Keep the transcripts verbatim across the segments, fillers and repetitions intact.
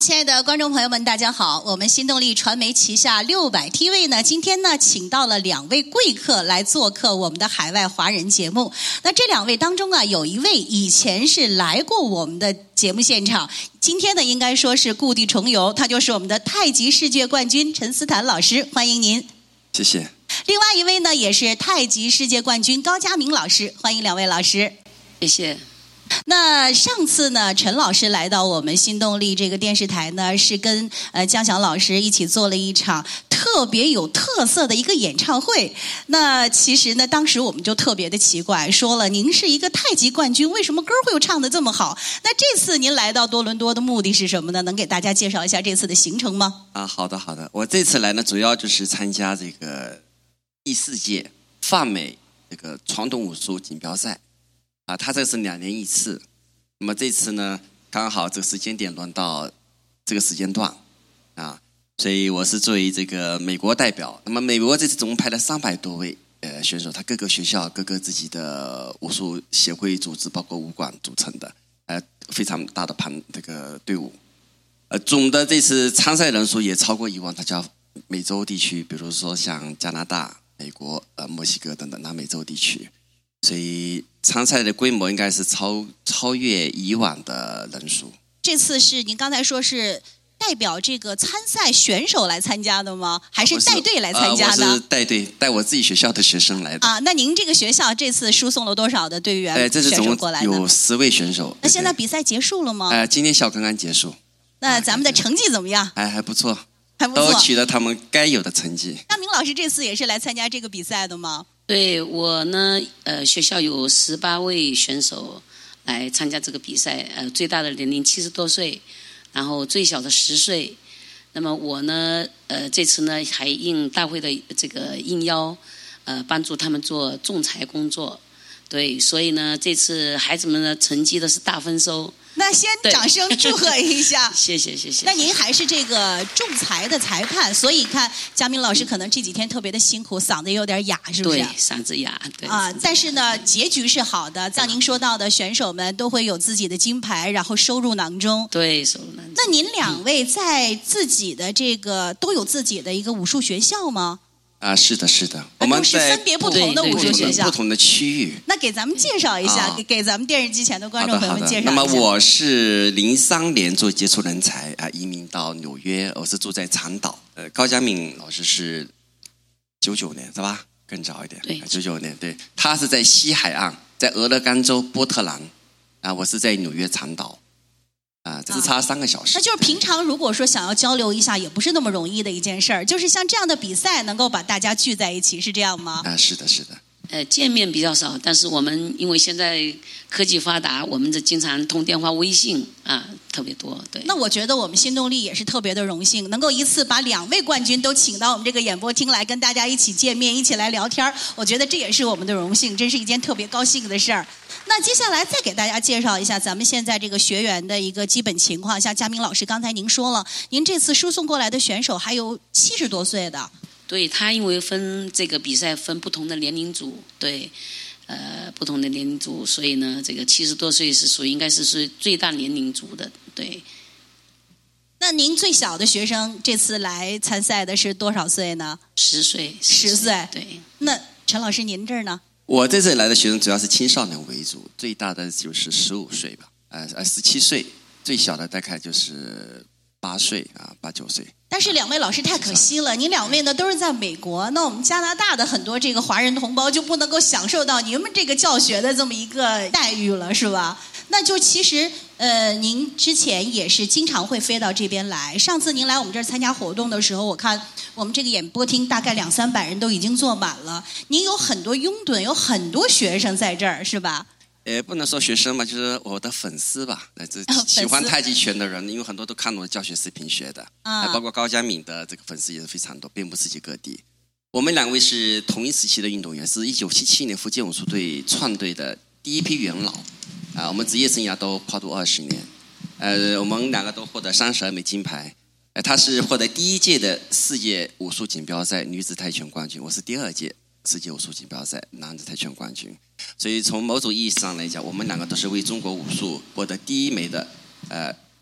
亲爱的观众朋友们，大家好！我们新动力传媒旗下六百 T V 呢，今天呢请到了两位贵客来做客我们的海外华人节目。那这两位当中啊，有一位以前是来过我们的节目现场，今天呢应该说是故地重游，他就是我们的太极世界冠军陈思坦老师，欢迎您。 谢谢。 另外一位呢也是太极世界冠军高佳明老师，欢迎两位老师。 谢谢。 那上次呢，陈老师来到我们新动力这个电视台呢，是跟呃江翔老师一起做了一场特别有特色的一个演唱会。那其实呢，当时我们就特别的奇怪，说了您是一个太极冠军，为什么歌会又唱得这么好？那这次您来到多伦多的目的是什么呢？能给大家介绍一下这次的行程吗？ 啊，好的好的，我这次来呢，主要就是参加这个第四届泛美这个传统武术锦标赛。啊，它这是两年一次，那么这次呢，刚好这个时间点轮到这个时间段，啊，所以我是作为这个美国代表。那么美国这次总共派了三百多位呃选手，他各个学校、各个自己的武术协会组织，包括武馆组成的，呃，非常大的盘这个队伍。呃，总的这次参赛人数也超过以往，它叫美洲地区，比如说像加拿大、美国、呃墨西哥等等南美洲地区。所以参赛的规模应该是超超越以往的人数。 这次是您刚才说是代表这个参赛选手来参加的吗？还是带队来参加的？ 呃、我是带队，带我自己学校的学生来的。 啊，那您这个学校这次输送了多少的队员？ 哎，这次总共有十位选手。 那现在比赛结束了吗？ 哎、呃，今天下午刚刚结束。 那咱们的成绩怎么样？ 哎，还不错， 还不错， 都取得他们该有的成绩。 那明老师这次也是来参加这个比赛的吗？ 对，我呢，呃，学校有十八位选手来参加这个比赛，呃，最大的年龄七十多岁，然后最小的十岁。那么我呢，呃，这次呢还应大会的这个应邀，呃，帮助他们做仲裁工作。对，所以呢，这次孩子们的成绩都是大丰收。 那先掌声祝贺一下。 谢谢谢谢。 那您还是这个仲裁的裁判，所以看佳明老师可能这几天特别的辛苦，嗓子也有点哑，是不是？ 对，嗓子哑。对啊，但是呢，结局是好的。像您说到的，选手们都会有自己的金牌，然后收入囊中。 对，收入囊中。 那您两位在自己的这个都有自己的一个武术学校吗？ 啊，是的，是的，我们是分别不同的武术学校， 不同的区域。 那给咱们介绍一下，啊、给给咱们电视机前的观众朋友们介绍一下。 那么我是零三年做接触人才啊，移民到纽约，我是住在长岛。呃，高佳敏老师是九九年是吧？更早一点， 对， 九九年，对，他是在西海岸，在俄勒冈州波特兰，啊，我是在纽约长岛。啊，这是差三个小时。 那就是平常如果说想要交流一下，也不是那么容易的一件事儿。就是像这样的比赛，能够把大家聚在一起，是这样吗？ 啊，是的，是的。 呃，见面比较少，但是我们因为现在科技发达，我们这经常通电话、微信啊，特别多。对。 那我觉得我们新动力也是特别的荣幸，能够一次把两位冠军都请到我们这个演播厅来，跟大家一起见面，一起来聊天。我觉得这也是我们的荣幸，真是一件特别高兴的事儿。那接下来再给大家介绍一下咱们现在这个学员的一个基本情况。像佳明老师刚才您说了，您这次输送过来的选手还有七十多岁的。 对，他因为分这个比赛分不同的年龄组，对，呃，不同的年龄组，所以呢，这个七十多岁是属于应该是属于最大年龄组的，对。 那您最小的学生这次来参赛的是多少岁呢？ 十岁。 十岁。 对。 那陈老师您这儿呢？ 我这次来的学生主要是青少年为主，最大的就是十五岁吧，呃呃十七岁，最小的大概就是八岁啊，八九岁。 但是两位老师太可惜了，您两位呢都是在美国，那我们加拿大的很多这个华人同胞就不能够享受到你们这个教学的这么一个待遇了，是吧？那就其实呃，您之前也是经常会飞到这边来。上次您来我们这儿参加活动的时候，我看我们这个演播厅大概两三百人都已经坐满了，您有很多拥趸，有很多学生在这儿，是吧？ 呃，不能说学生嘛，就是我的粉丝吧，来自喜欢太极拳的人，因为很多都看我的教学视频学的，啊，包括高佳敏的这个粉丝也是非常多，遍布世界各地。我们两位是同一时期的运动员，是一九七七年福建武术队创队的第一批元老，啊，我们职业生涯都跨度二十年，呃，我们两个都获得三十二枚金牌，呃，他是获得第一届的世界武术锦标赛女子泰拳冠军，我是第二届世界武术锦标赛男子泰拳冠军。所以从某种意义上来讲，我们两个都是为中国武术获得第一枚的呃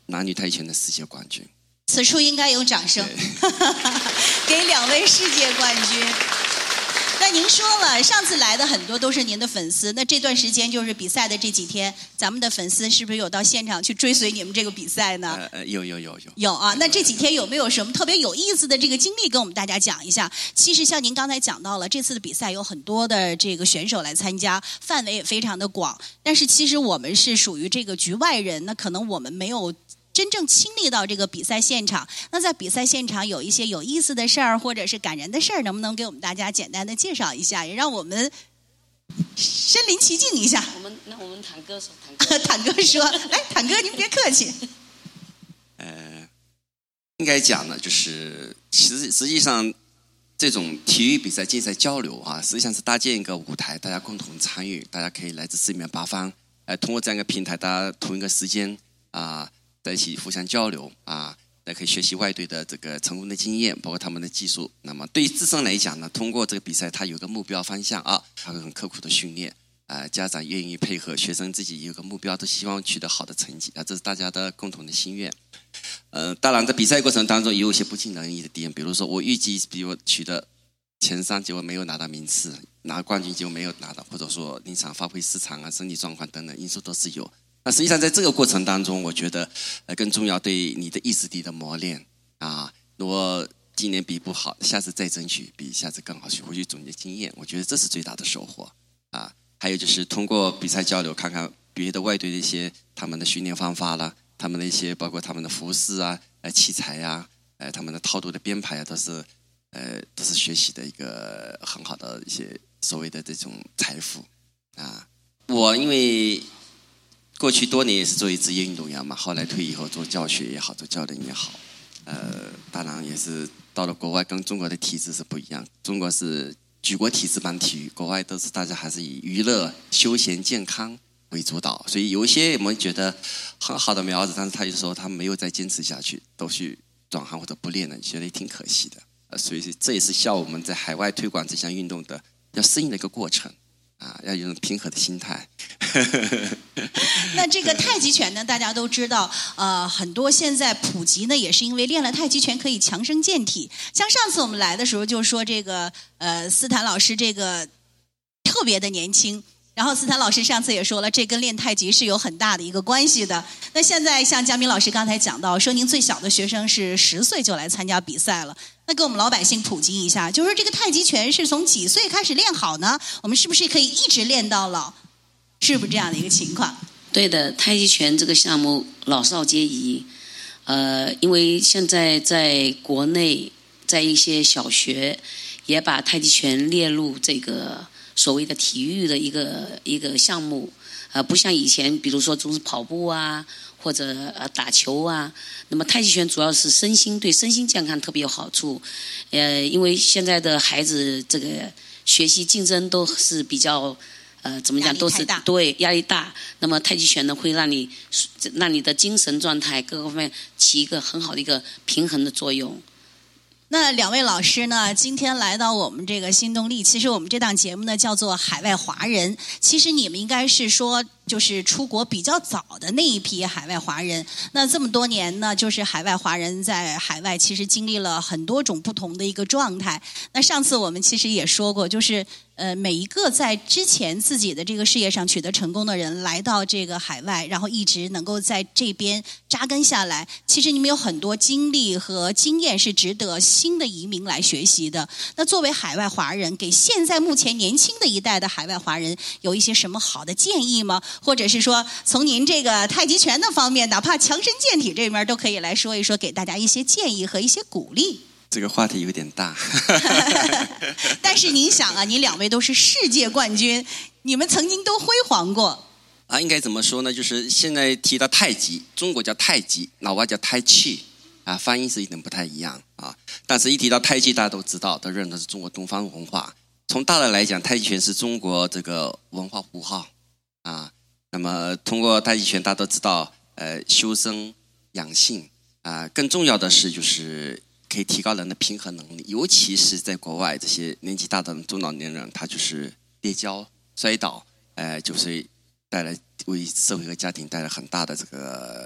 男女太极拳的世界冠军。 此处应该有掌声，给两位世界冠军。那您说了，上次来的很多都是您的粉丝，那这段时间就是比赛的这几天，咱们的粉丝是不是有到现场去追随你们这个比赛呢？ 呃呃，有有有有有啊。那这几天有没有什么特别有意思的这个经历跟我们大家讲一下？其实像您刚才讲到了，这次的比赛有很多的这个选手来参加，范围也非常的广。但是其实我们是属于这个局外人，那可能我们没有真正亲历到这个比赛现场。那在比赛现场有一些有意思的事儿，或者是感人的事儿，能不能给我们大家简单的介绍一下，也让我们身临其境一下？ 我们那我们坦哥说，坦哥， 坦哥说，来，坦哥您别客气。 呃，应该讲呢，就是实实际上这种体育比赛竞赛交流啊，实际上是搭建一个舞台，大家共同参与，大家可以来自四面八方，呃，通过这样一个平台，大家同一个时间啊。在一起互相交流啊，也可以学习外队的这个成功的经验，包括他们的技术。那么对于自身来讲呢，通过这个比赛，他有个目标方向啊，他会很刻苦的训练啊、呃，家长愿意配合，学生自己有个目标，都希望取得好的成绩啊，这是大家的共同的心愿。呃，当然在比赛过程当中也有一些不尽人意的点，比如说我预计比如取得前三，结果没有拿到名次，拿冠军结果没有拿到，或者说临场发挥失常啊，身体状况等等因素都是有。那实际上在这个过程当中，我觉得呃更重要对你的意识力的磨练啊。如果今年比不好，下次再争取比下次更好，去回去总结经验，我觉得这是最大的收获啊。还有就是通过比赛交流，看看别的外队的一些他们的训练方法啦，他们的一些包括他们的服饰啊、呃器材呀、呃他们的套路的编排啊，都是呃都是学习的一个很好的一些所谓的这种财富啊。我因为过去多年也是作为职业运动员嘛，后来退役后做教学也好，做教练也好，呃，当然也是到了国外，跟中国的体制是不一样。中国是举国体制办体育，国外都是大家还是以娱乐、休闲、健康为主导，所以有一些我们觉得很好的苗子，但是他就说他没有再坚持下去，都去转行或者不练了，觉得也挺可惜的。呃，所以这也是需要我们在海外推广这项运动的要适应的一个过程。啊，要有种平和的心态。 那这个太极拳呢，大家都知道，呃，很多现在普及呢，也是因为练了太极拳可以强身健体。像上次我们来的时候就说这个，呃，斯坦老师这个特别的年轻。然后斯坦老师上次也说了，这跟练太极是有很大的一个关系的。那现在像佳明老师刚才讲到，说您最小的学生是十岁就来参加比赛了，那给我们老百姓普及一下，就是说这个太极拳是从几岁开始练好呢？我们是不是可以一直练到老？是不是这样的一个情况？ 对的，太极拳这个项目老少皆宜。呃，因为现在在国内，在一些小学也把太极拳列入这个所谓的体育的一个一个项目，呃，不像以前，比如说总是跑步啊，或者呃打球啊。那么太极拳主要是身心对身心健康特别有好处，呃，因为现在的孩子这个学习竞争都是比较呃怎么讲，都是对压力大。那么太极拳呢，会让你让你的精神状态各个方面起一个很好的一个平衡的作用。 那两位老师呢，今天来到我们这个新动力，其实我们这档节目呢叫做海外华人，其实你们应该是说就是出国比较早的那一批海外华人。那这么多年呢，就是海外华人在海外其实经历了很多种不同的一个状态。那上次我们其实也说过，就是呃每一个在之前自己的这个事业上取得成功的人，来到这个海外，然后一直能够在这边扎根下来，其实你们有很多经历和经验是值得新的移民来学习的。那作为海外华人，给现在目前年轻的一代的海外华人有一些什么好的建议吗？或者是说从您这个太极拳的方面，哪怕强身健体这边都可以来说一说，给大家一些建议和一些鼓励。 这个话题有点大。 但是您想啊，您两位都是世界冠军，你们曾经都辉煌过啊。应该怎么说呢？就是现在提到太极，中国叫太极，老外叫太气啊，发音是一点不太一样啊。但是一提到太极，大家都知道，都认为是中国东方文化。从大的来讲，太极拳是中国这个文化符号啊。那么通过太极拳，大家都知道，呃，修身养性啊，更重要的是就是可以提高人的平衡能力，尤其是在国外，这些年纪大的中老年人，他就是跌跤、摔倒，呃，就是带来为社会和家庭带来很大的这个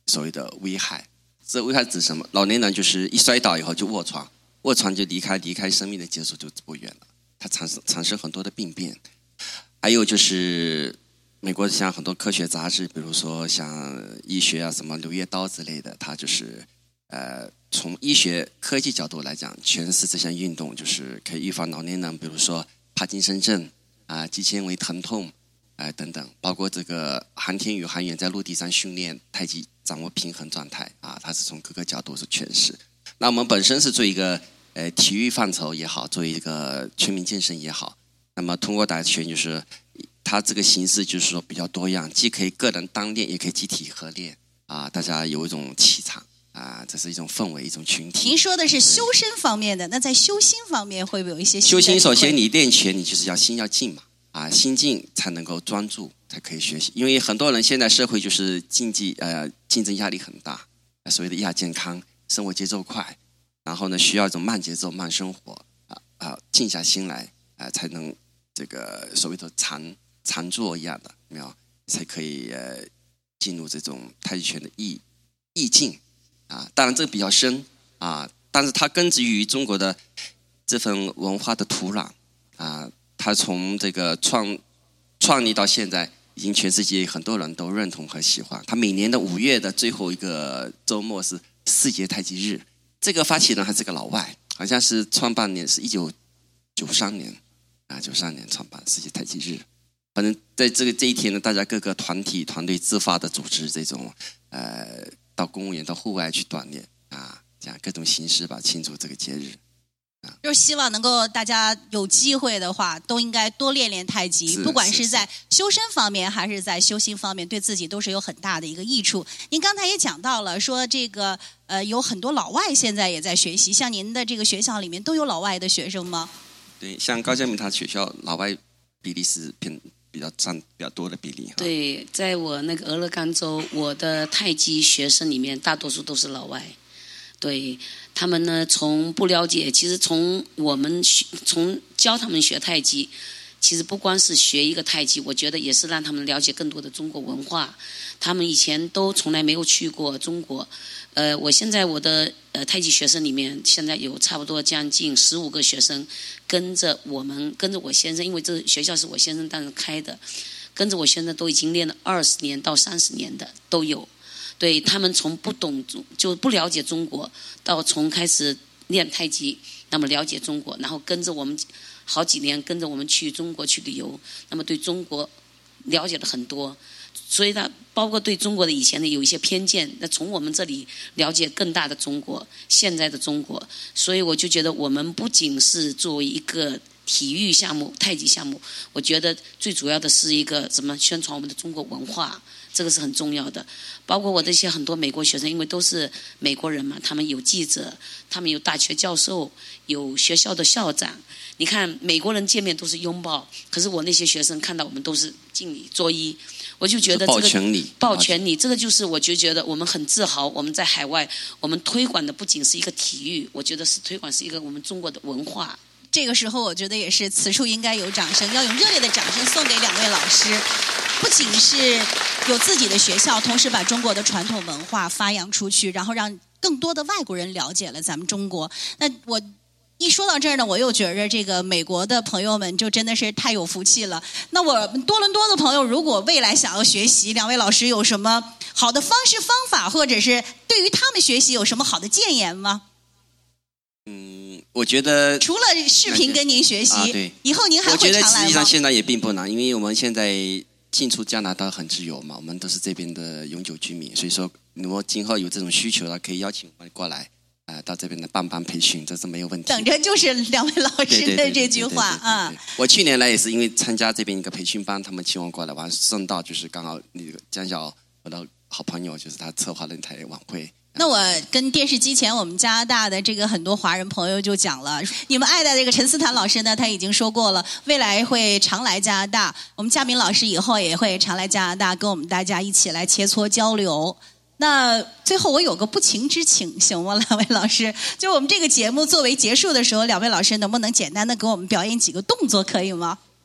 所谓的危害。这危害指什么？老年人就是一摔倒以后就卧床，卧床就离开离开生命的结束就不远了，它产生产生很多的病变。还有就是美国像很多科学杂志，比如说像医学啊什么《柳叶刀》之类的，它就是呃从医学科技角度来讲，诠释这项运动就是可以预防老年人，比如说帕金森症啊、肌纤维疼痛啊、呃、等等，包括这个航天宇航员在陆地上训练太极掌握平衡状态啊，它是从各个角度是诠释。那我们本身是做一个呃体育范畴也好，做一个全民健身也好，那么通过打拳就是它这个形式就是说比较多样，既可以个人单练，也可以集体合练啊，大家有一种气场啊，这是一种氛围，一种群体。 您说的是修身方面的，那在修心方面会不会有一些修心？首先你练拳，你就是要心要静嘛，啊，心静才能够专注，才可以学习。因为很多人现在社会就是竞技呃竞争压力很大，所谓的亚健康，生活节奏快，然后呢需要一种慢节奏、慢生活啊啊，静下心来啊，才能这个所谓的禅禅坐一样的，没有才可以呃进入这种太极拳的意意境啊。当然这个比较深啊，但是它根植于中国的这份文化的土壤啊。它从这个创创立到现在，已经全世界很多人都认同和喜欢。它每年的五月的最后一个周末是世界太极日，这个发起人还是个老外，好像是创办年是一九九三年啊，九三年创办世界太极日。反正在这个这一天呢，大家各个团体团队自发的组织这种呃，到公园到户外去锻炼啊，这样各种形式吧庆祝这个节日。 就是希望能够大家有机会的话，都应该多练练太极，不管是在修身方面还是在修心方面，对自己都是有很大的一个益处。您刚才也讲到了，说这个呃有很多老外现在也在学习，像您的这个学校里面都有老外的学生吗？ 对，像高嘉明他学校老外比例是偏比较占比较多的比例。 对，在我那个俄勒冈州，我的太极学生里面大多数都是老外。对他们呢，从不了解，其实从我们从教他们学太极，其实不光是学一个太极，我觉得也是让他们了解更多的中国文化。他们以前都从来没有去过中国。呃，我现在我的呃太极学生里面，现在有差不多将近十五个学生跟着我们，跟着我先生，因为这学校是我先生当时开的，跟着我先生都已经练了二十年到三十年的都有。对，他们从不懂就不了解中国，到从开始练太极，那么了解中国，然后跟着我们好几年，跟着我们去中国去旅游，那么对中国了解了很多，所以他包括对中国的以前的有一些偏见，那从我们这里了解更大的中国，现在的中国。所以我就觉得我们不仅是作为一个体育项目、太极项目，我觉得最主要的是一个怎么宣传我们的中国文化，这个是很重要的。包括我这些很多美国学生，因为都是美国人嘛，他们有记者，他们有大学教授，有学校的校长。你看美国人见面都是拥抱，可是我那些学生看到我们都是敬礼作揖，我就觉得这个抱拳礼， 抱拳礼，这个就是我就觉得我们很自豪。我们在海外，我们推广的不仅是一个体育，我觉得是推广是一个我们中国的文化。 这个时候我觉得也是此处应该有掌声，要用热烈的掌声送给两位老师，不仅是有自己的学校，同时把中国的传统文化发扬出去，然后让更多的外国人了解了咱们中国。那我一说到这儿呢，我又觉着这个美国的朋友们就真的是太有福气了。那我们多伦多的朋友如果未来想要学习，两位老师有什么好的方式方法，或者是对于他们学习有什么好的建言吗？ 嗯，我觉得除了视频跟您学习， 啊、对， 以后您还会常来吗？ 我觉得实际上现在也并不难，因为我们现在进出加拿大很自由嘛，我们都是这边的永久居民，所以说如果今后有这种需求了，可以邀请我们过来，啊、呃，到这边的办班培训，这是没有问题。 等着就是两位老师的这句话啊。 我去年来也是因为参加这边一个培训班，他们请我过来，完顺道就是刚好那个江小我的好朋友，就是他策划了一台晚会。 那我跟电视机前我们加拿大的这个很多华人朋友就讲了，你们爱的这个陈思谭老师呢，他已经说过了，未来会常来加拿大，我们嘉明老师以后也会常来加拿大，跟我们大家一起来切磋交流。那最后我有个不情之请，行吗？两位老师，就我们这个节目作为结束的时候，两位老师能不能简单的给我们表演几个动作，可以吗？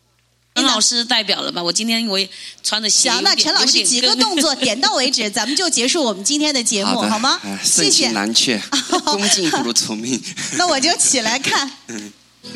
陈老师代表了吧？我今天因为穿的鞋行，那陈老师几个动作点到为止，咱们就结束我们今天的节目， 好, 好吗？ 哎、 谢谢。 盛情难却，恭敬不如从命。 那我就起来看。 嗯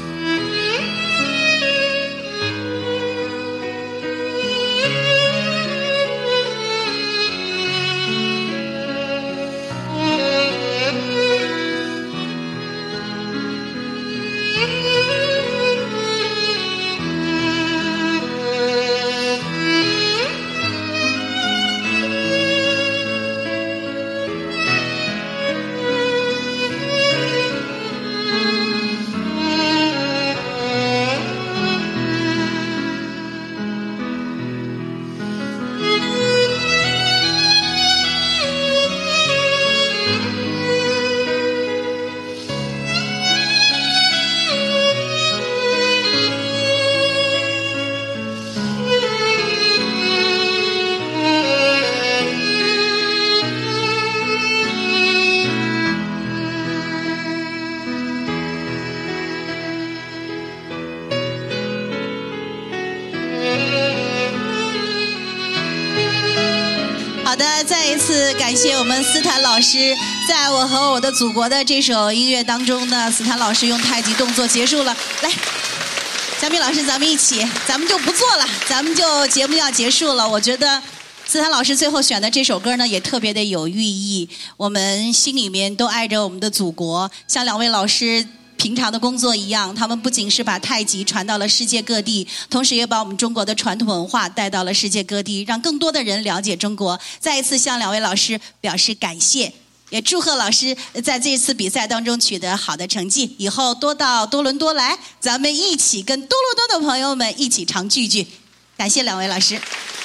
好的，再一次感谢我们斯坦老师，在我和我的祖国的这首音乐当中呢，斯坦老师用太极动作结束了。来，嘉宾老师，咱们一起，咱们就不做了，咱们就节目要结束了。我觉得斯坦老师最后选的这首歌呢，也特别的有寓意。我们心里面都爱着我们的祖国，像两位老师平常的工作一样，他们不仅是把太极传到了世界各地，同时也把我们中国的传统文化带到了世界各地，让更多的人了解中国。再一次向两位老师表示感谢，也祝贺老师在这次比赛当中取得好的成绩，以后多到多伦多来，咱们一起跟多伦多的朋友们一起常聚聚。感谢两位老师。